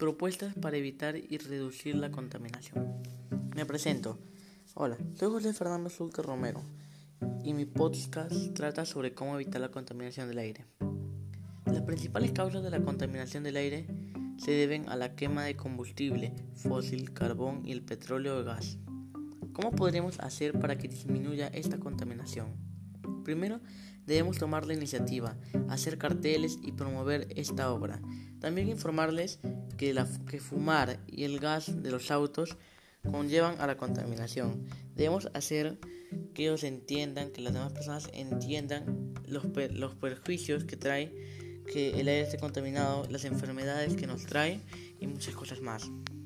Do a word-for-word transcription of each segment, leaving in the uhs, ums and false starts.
Propuestas para evitar y reducir la contaminación. Me presento. Hola, soy José Fernando Zulca Romero y mi podcast trata sobre cómo evitar la contaminación del aire. Las principales causas de la contaminación del aire se deben a la quema de combustible fósil, carbón y el petróleo o gas. ¿Cómo podremos hacer para que disminuya esta contaminación? Primero, debemos tomar la iniciativa, hacer carteles y promover esta obra. También informarles que, la, que fumar y el gas de los autos conllevan a la contaminación. Debemos hacer que ellos entiendan, que las demás personas entiendan los, los perjuicios que trae que el aire esté contaminado, las enfermedades que nos trae y muchas cosas más.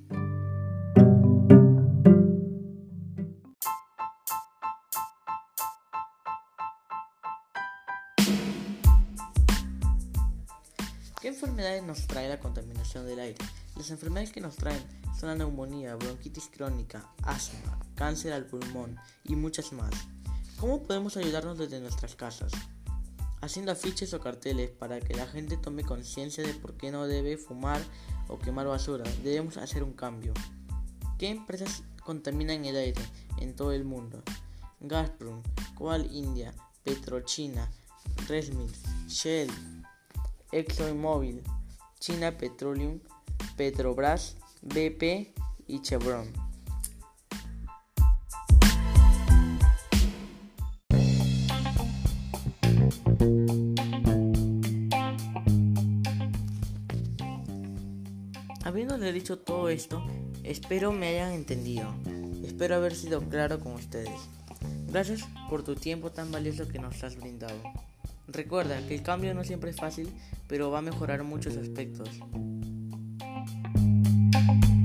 ¿Qué enfermedades nos trae la contaminación del aire? Las enfermedades que nos traen son la neumonía, bronquitis crónica, asma, cáncer al pulmón y muchas más. ¿Cómo podemos ayudarnos desde nuestras casas? Haciendo afiches o carteles para que la gente tome conciencia de por qué no debe fumar o quemar basura. Debemos hacer un cambio. ¿Qué empresas contaminan el aire en todo el mundo? Gazprom, Coal India, Petrochina, Resmil, Shell, ExxonMobil, China Petroleum, Petrobras, B P y Chevron. Habiéndole dicho todo esto, espero me hayan entendido. Espero haber sido claro con ustedes. Gracias por tu tiempo tan valioso que nos has brindado. Recuerda que el cambio no siempre es fácil, pero va a mejorar muchos aspectos.